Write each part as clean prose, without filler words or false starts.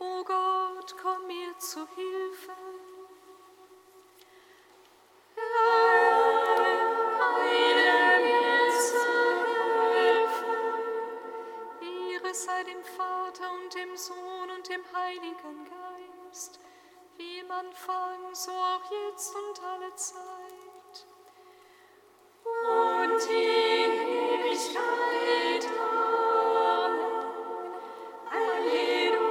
O Gott, komm mir zu Hilfe. Eile mir zu Hilfe. Ehre sei dem Vater und dem Sohn und dem Heiligen Geist, wie im Anfang, so auch jetzt und alle Zeit. Und in Ewigkeit. Amen. Halleluja.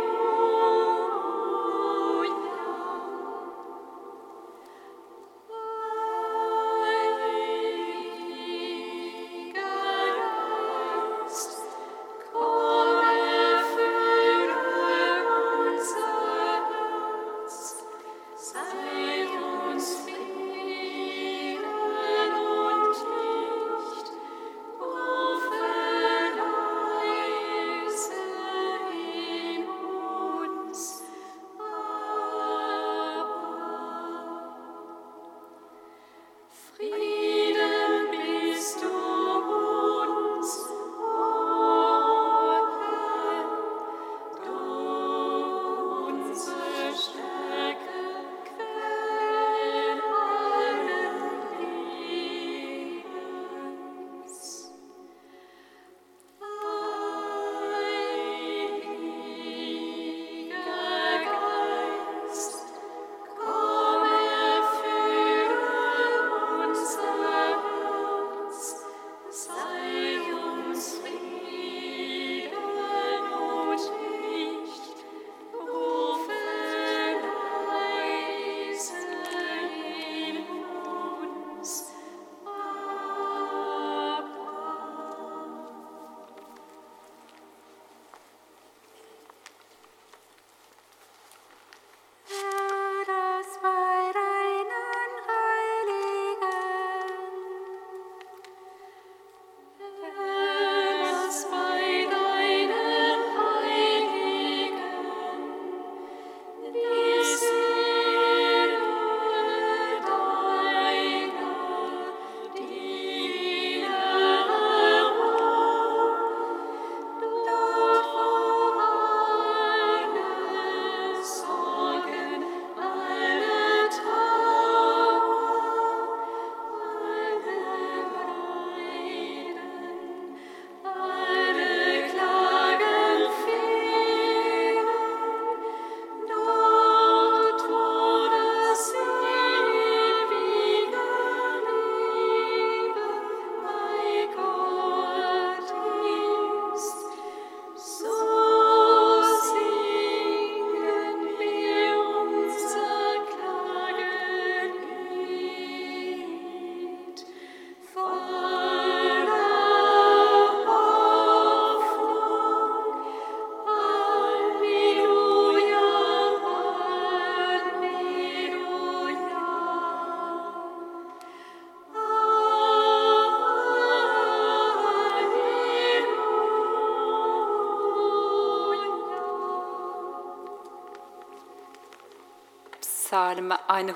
Psalm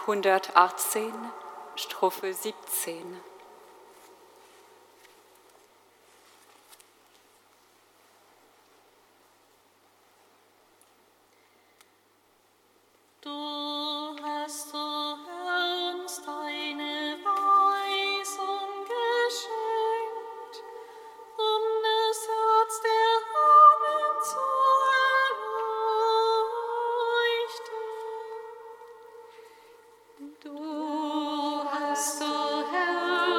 118, Strophe 17. Du hast, o Herr, uns deine Weisung geschenkt, das Herz der Armen zu erleuchten. Du hast, o Herr,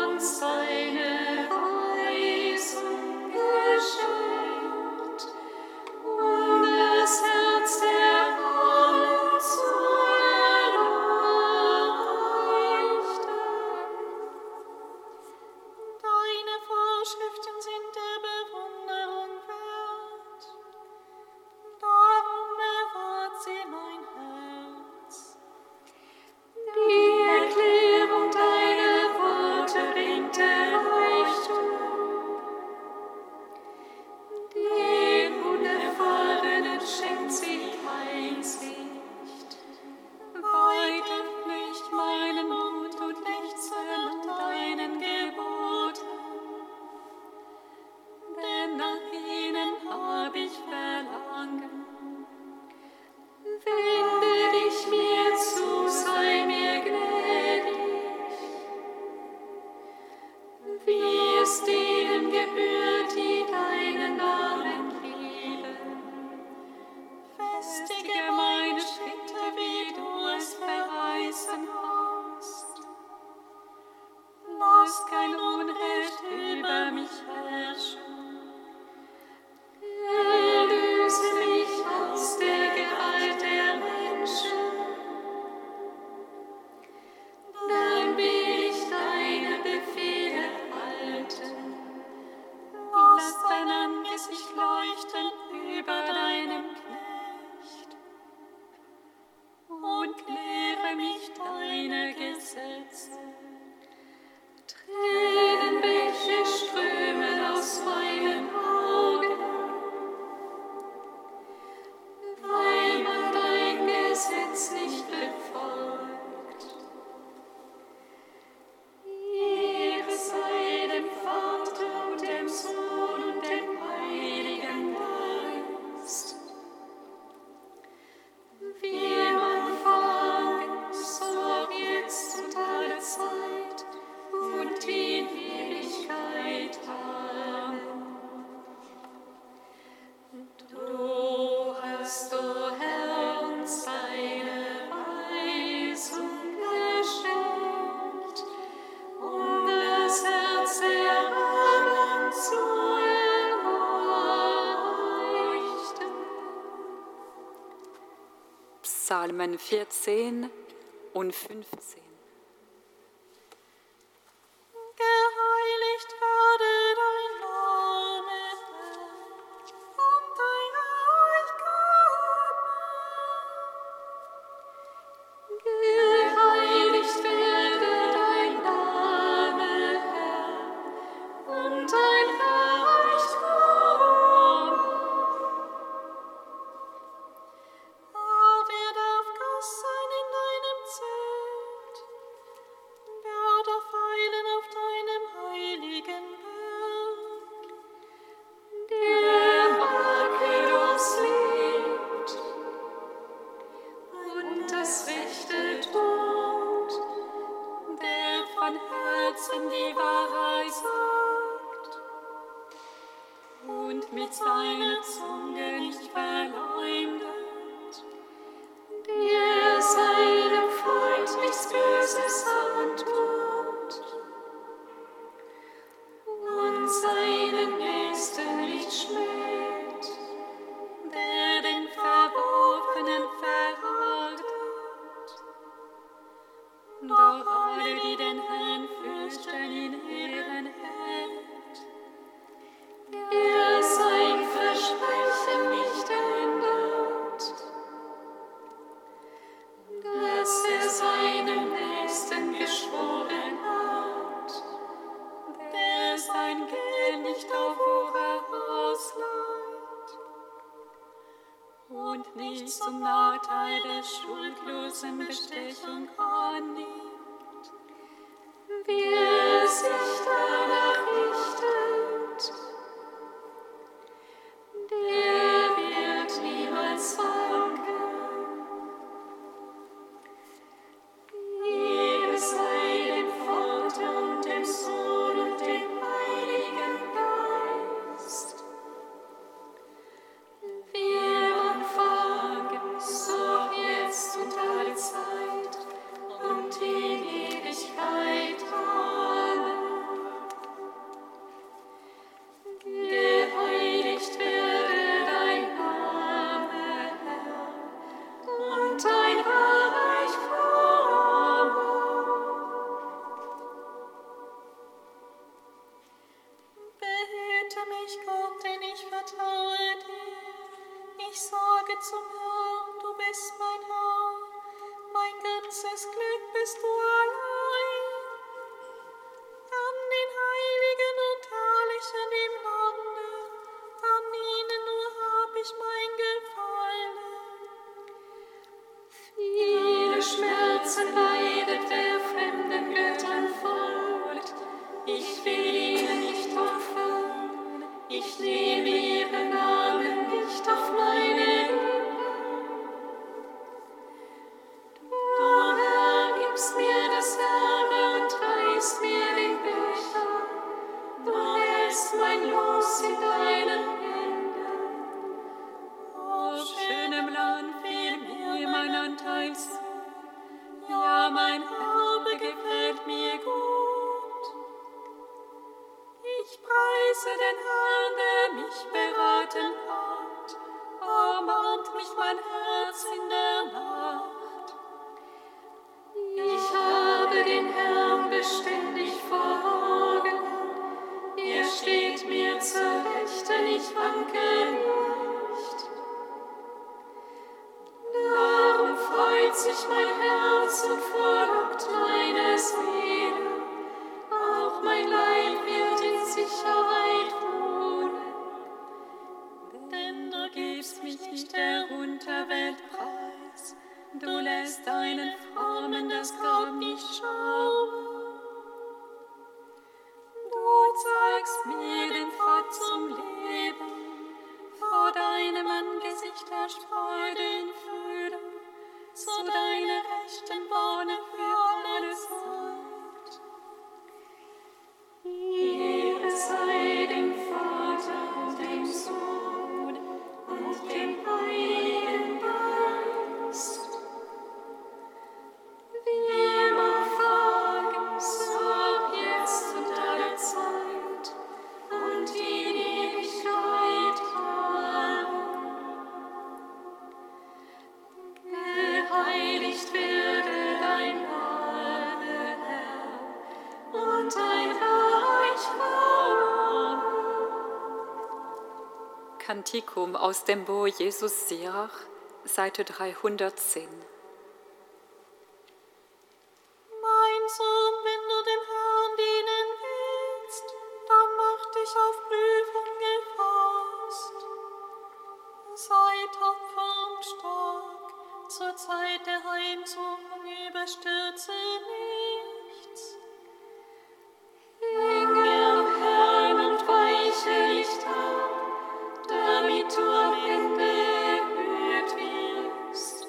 Festige meine Schritte, wie du es verheißen hast. Lass kein Unrecht über mich herrschen. Erlöse mich aus der Gewalt der Menschen. Dann will ich deine Befehle halten. Lass dein Angesicht leuchten über deinem Knecht und lehre mich deine Gesetze. Tränen, welche strömen aus meinen Augen, weil man dein Gesetz nicht befolgt. Ehre sei dem Vater und dem Sohn und dem Heiligen Geist, wie am Anfang, so auch jetzt und alle Zeit und in Ewigkeit. Amen. Du hast, o Herr, uns deine Weisung geschenkt, um das Herz der Armen zu erleuchten. Psalmen 14 und 15. Geheiligt werde dein Name, Herr, und dein Reich komme. Geheiligt werde dein Name, Herr, und dein Reich komme. Wer darf Gast sein in deinem Zelt? Wer darf weilen auf deinem heiligen Berg? Der makellos lebt und das Rechte tut, der von Herzen die Wahrheit sagt und mit seiner Zunge nicht verleumdet, der seinem Freund nichts Böses antut und seinen Nächsten nicht schmäht, der den Verworfenen verachtet. Doch alle, die den Herrn fürchten, ihn ehren hält. Er sein Versprechen nicht ändert, dass er seinem Nächsten geschworen hat, der sein Geld nicht auf Wucher ausleiht und nicht zum Nachteil der schuldlosen Bestechung annimmt. Wer sich danach richtet, der wird niemals wanken. Ehre sei dem Vater und dem Sohn und dem Heiligen Geist, wie am Anfang, so auch jetzt und alle Zeit und in Ewigkeit. Amen. Geheiligt werde dein Name, Herr, und dein Reich komme. Behüte mich, Gott, denn ich vertraue dir. Ich sage zum Herrn, du bist mein Herr, mein ganzes Glück bist du allein. An den Heiligen und Herrlichen im Lande, an ihnen nur hab ich mein Gefallen. Viele Schmerzen leidet, wer fremden Göttern folgt. Ich will ihnen nicht opfern, ich nehme ihren Namen nicht auf meine Lippen. Du Herr, gibst mir das Erbe und reichst mir den Becher. Du hältst mein Los in deinen Händen. O schönem Land Heilssohn. Ja, mein Erbe gefällt mir gut. Ich preise den Herrn, der mich beraten hat. Ermahnt mich mein Herz in der Nacht. Ich habe den Herrn beständig vor Augen. Er steht mir zur Rechten, ich wanke nicht. Darum freut sich mein Herz und frohlockt meine Seele. Auch mein Leib wird in Sicherheit wohnen. Denn du gibst mich nicht der Unterwelt preis. Du lässt deinen Frommen das Grab nicht schauen. Du zeigst mir den Pfad zum Leben, vor deinem Angesicht herrscht Freude in Fülle, zu deiner rechten Wohne für alle Zeit. Ehre sei dem Vater und dem Sohn und dem Heiligen Geist. Wie im Anfang, so auch jetzt und alle Zeit und in Ewigkeit. Amen. Geheiligt werde dein Name, Herr, und dein Reich komme. Kantikum aus dem Bo Jesus Sirach, Seite 310. Mein Sohn, wenn du dem Herrn dienen willst, dann mach dich auf Prüfung gefasst. Sei tapfer und stark, zur Zeit der Heimsuchung überstürze nichts. Hänge am Herrn und weiche nicht ab, damit du am Ende erhöht wirst.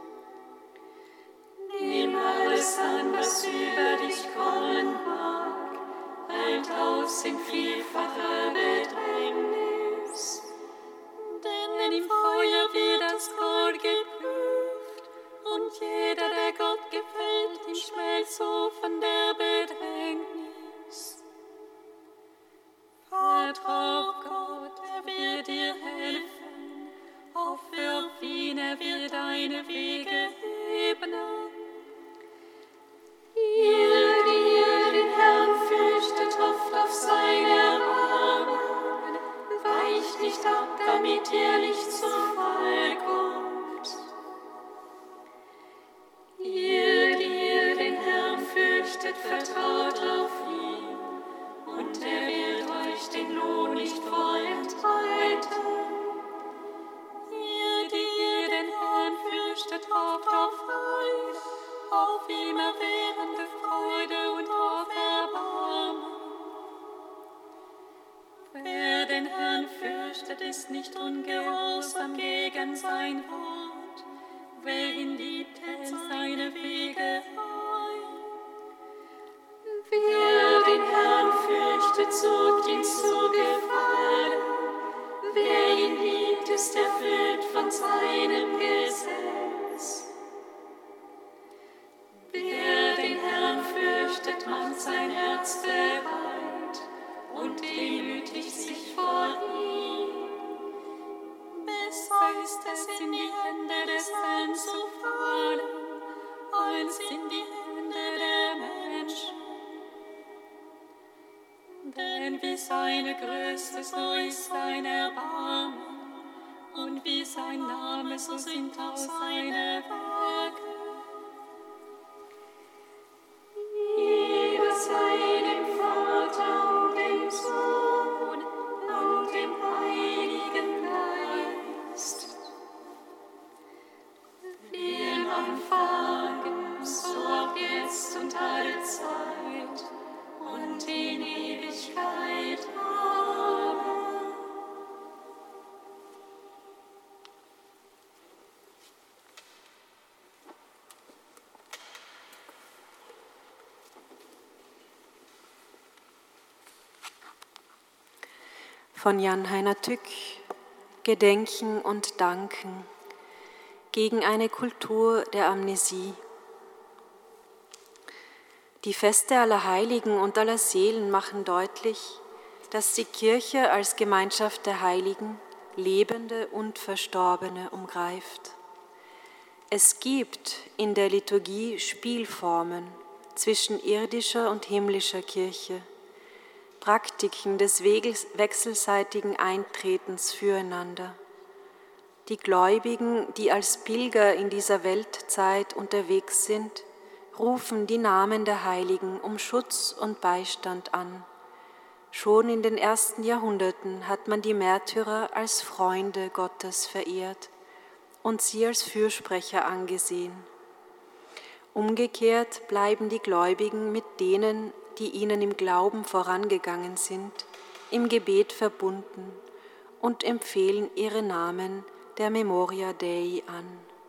Nimm alles an, was über dich kommen mag, halt aus in vielfacher Bedrängnis. Denn im Feuer wird das Gold geprüft, und jeder, der Gott gefällt, im Schmelzofen der Bedrängnis. Vertrau auf Gott, er wird dir helfen, hoffe auf ihn, er wird deine Wege ebnen. Ihr, die ihr den Herrn fürchtet, hofft auf sein Erbarmen, weicht nicht ab, damit ihr nicht zu Fall kommt. Ihr, die ihr den Herrn fürchtet, vertraut auf ihn, und er wird euch den Lohn nicht vorenthalten. Ihr, die ihr den Herrn fürchtet, hofft auf Heil, auf immerwährende Freude und auf Erbarmen. Wer den Herrn fürchtet, ist nicht ungehorsam gegen sein Wort. Wer ihn liebt, hält seine Wege ein. Wer den Herrn fürchtet, sucht ihn zu gefallen. Wer ihn liebt, ist erfüllt von seinem Gesetz. Wer den Herrn fürchtet, macht sein Herz bereit und demütigt sich vor ihm. Besser ist es, in die Hände des Herrn zu fallen, als in die Hände der Menschen. Denn wie seine Größe, so ist sein Erbarmen, und wie sein Name, so sind auch seine Werke. Ehre sei dem Vater und dem Sohn und dem Heiligen Geist. Wie im Anfang, so auch jetzt und alle Zeit und in Ewigkeit. Amen. Von Jan Heiner Tück, Gedenken und Danken. gegen eine Kultur der Amnesie. Die Feste aller Heiligen und aller Seelen machen deutlich, dass die Kirche als Gemeinschaft der Heiligen Lebende und Verstorbene umgreift. Es gibt in der Liturgie Spielformen zwischen irdischer und himmlischer Kirche, Praktiken des wechselseitigen Eintretens füreinander. Die Gläubigen, die als Pilger in dieser Weltzeit unterwegs sind, rufen die Namen der Heiligen um Schutz und Beistand an. Schon in den ersten Jahrhunderten hat man die Märtyrer als Freunde Gottes verehrt und sie als Fürsprecher angesehen. Umgekehrt bleiben die Gläubigen mit denen, die ihnen im Glauben vorangegangen sind, im Gebet verbunden und empfehlen ihre Namen der Memoria Dei an.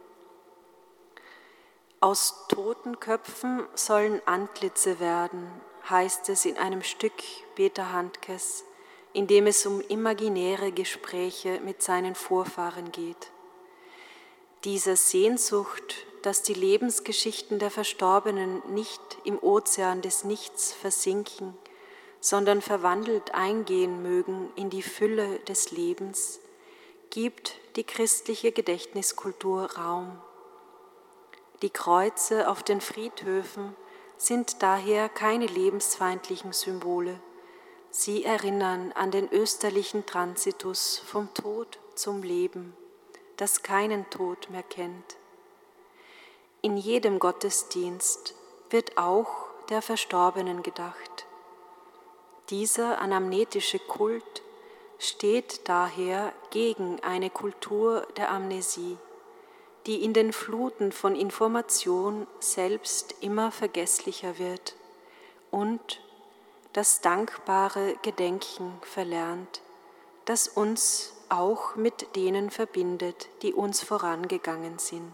Aus toten Köpfen sollen Antlitze werden, heißt es in einem Stück Peter Handkes, in dem es um imaginäre Gespräche mit seinen Vorfahren geht. Dieser Sehnsucht, dass die Lebensgeschichten der Verstorbenen nicht im Ozean des Nichts versinken, sondern verwandelt eingehen mögen in die Fülle des Lebens, gibt die christliche Gedächtniskultur Raum. Die Kreuze auf den Friedhöfen sind daher keine lebensfeindlichen Symbole. Sie erinnern an den österlichen Transitus vom Tod zum Leben, das keinen Tod mehr kennt. In jedem Gottesdienst wird auch der Verstorbenen gedacht. Dieser anamnetische Kult steht daher gegen eine Kultur der Amnesie, die in den Fluten von Information selbst immer vergesslicher wird und das dankbare Gedenken verlernt, das uns auch mit denen verbindet, die uns vorangegangen sind.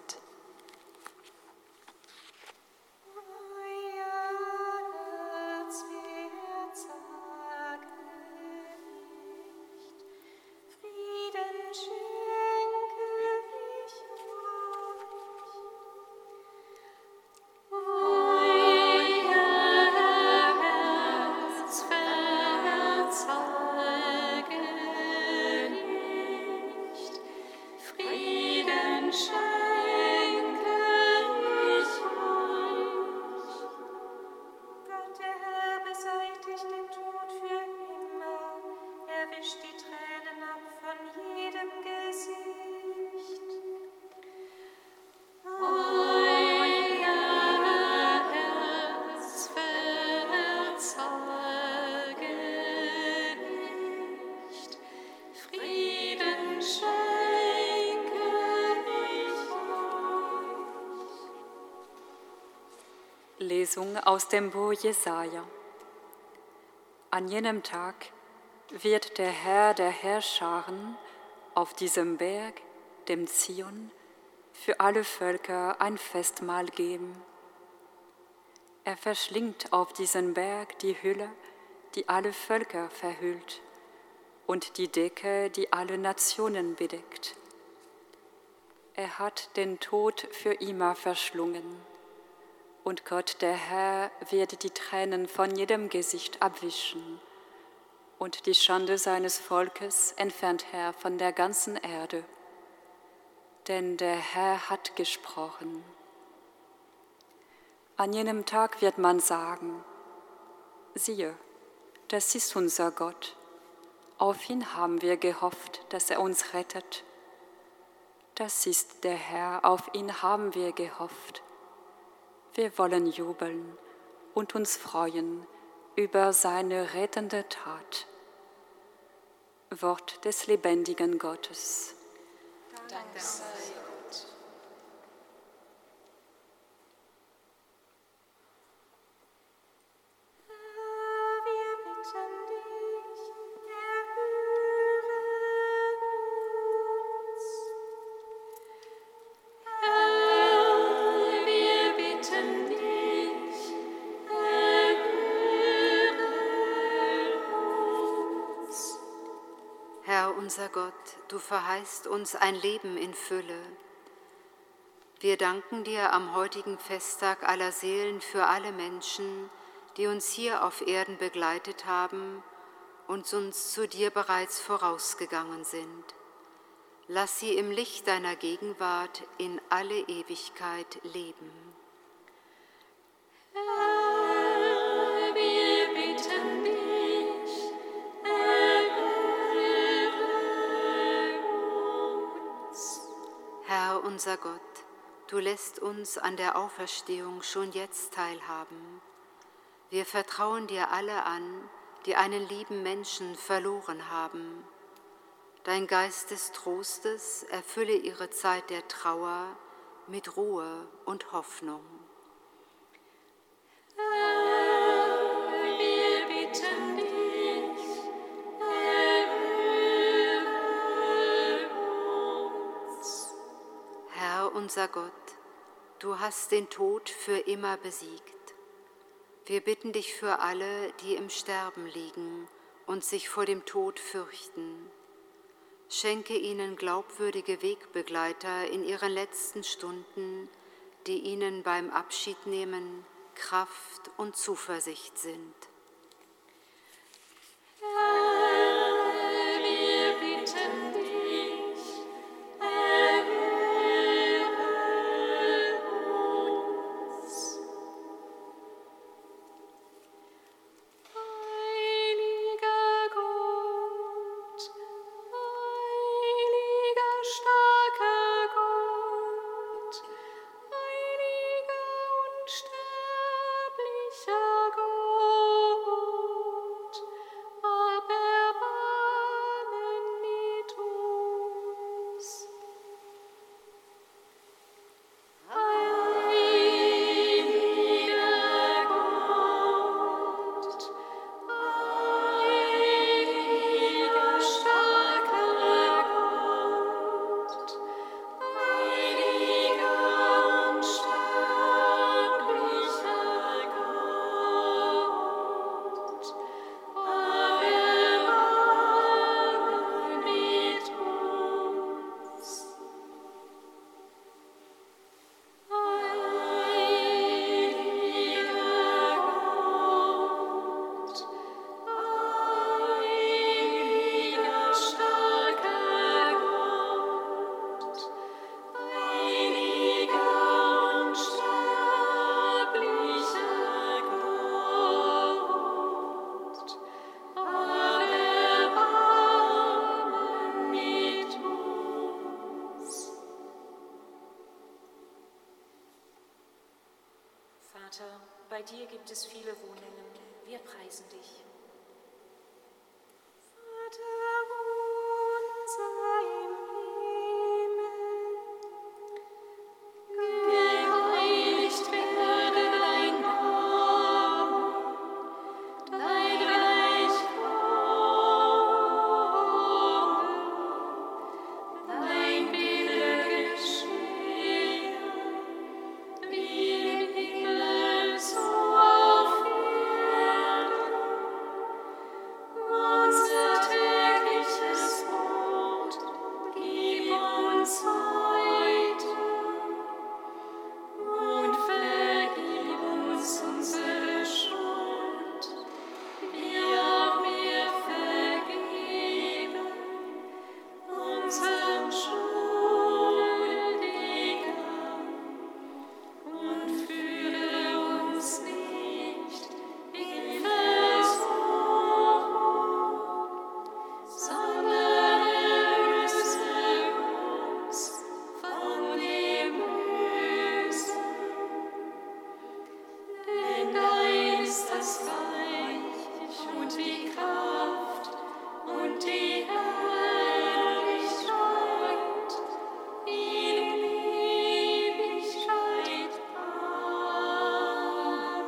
Lesung aus dem Buch Jesaja. An jenem Tag wird der Herr der Heerscharen auf diesem Berg, dem Zion, für alle Völker ein Festmahl geben. Er verschlingt auf diesen Berg die Hülle, die alle Völker verhüllt, und die Decke, die alle Nationen bedeckt. Er hat den Tod für immer verschlungen. Und Gott, der Herr, wird die Tränen von jedem Gesicht abwischen und die Schande seines Volkes entfernt er von der ganzen Erde. Denn der Herr hat gesprochen. An jenem Tag wird man sagen, siehe, das ist unser Gott. Auf ihn haben wir gehofft, dass er uns rettet. Das ist der Herr, auf ihn haben wir gehofft. Wir wollen jubeln und uns freuen über seine rettende Tat. Wort des lebendigen Gottes. Dank sei Gott. Herr, wir bitten dich, erhöre uns. Herr, wir bitten dich, erhöre uns. Herr unser Gott, du verheißt uns ein Leben in Fülle. Wir danken dir am heutigen Festtag aller Seelen für alle Menschen, die uns hier auf Erden begleitet haben und uns zu dir bereits vorausgegangen sind. Lass sie im Licht deiner Gegenwart in alle Ewigkeit leben. Herr, wir bitten dich, erhöre uns. Herr unser Gott, du lässt uns an der Auferstehung schon jetzt teilhaben. Wir vertrauen dir alle an, die einen lieben Menschen verloren haben. Dein Geist des Trostes erfülle ihre Zeit der Trauer mit Ruhe und Hoffnung. Herr, wir bitten dich, erhöre uns. Herr unser Gott, du hast den Tod für immer besiegt. Wir bitten dich für alle, die im Sterben liegen und sich vor dem Tod fürchten. Schenke ihnen glaubwürdige Wegbegleiter in ihren letzten Stunden, die ihnen beim Abschiednehmen Kraft und Zuversicht sind. Herr, wir bitten dich, erhöre uns. Heiliger Gott, heiliger starker Gott, heiliger unsterblicher Gott, hab Erbarmen mit uns. Heiliger Gott, heiliger starker Gott, heiliger unsterblicher Gott, hab Erbarmen mit uns. Heiliger Gott, heiliger starker Gott, heiliger unsterblicher Gott, hab Erbarmen mit uns. Vater, bei dir gibt es viele Wohnungen. Wir preisen dich. Vater unser im Himmel, geheiligt werde dein Name, dein Reich komme, dein Wille geschehe, wie im Himmel so auf Erden. Unser tägliches Brot gib uns heute und vergib uns unsere Schuld, wie auch wir vergeben unseren Schuldigen. Und führe uns nicht in Versuchung, sondern erlöse uns von dem Bösen. Denn dein ist das Reich und die Kraft und die Herrlichkeit in Ewigkeit. Amen.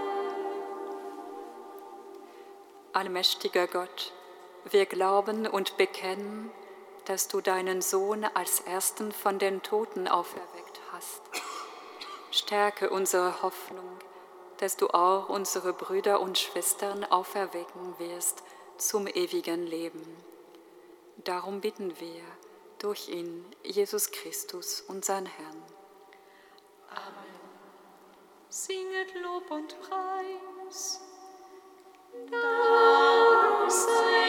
Allmächtiger Gott, wir glauben und bekennen, dass du deinen Sohn als Ersten von den Toten auferweckt hast. Stärke unsere Hoffnung, dass du auch unsere Brüder und Schwestern auferwecken wirst zum ewigen Leben. Darum bitten wir durch ihn, Jesus Christus, unseren Herrn. Amen. Singet Lob und Preis. Dank sei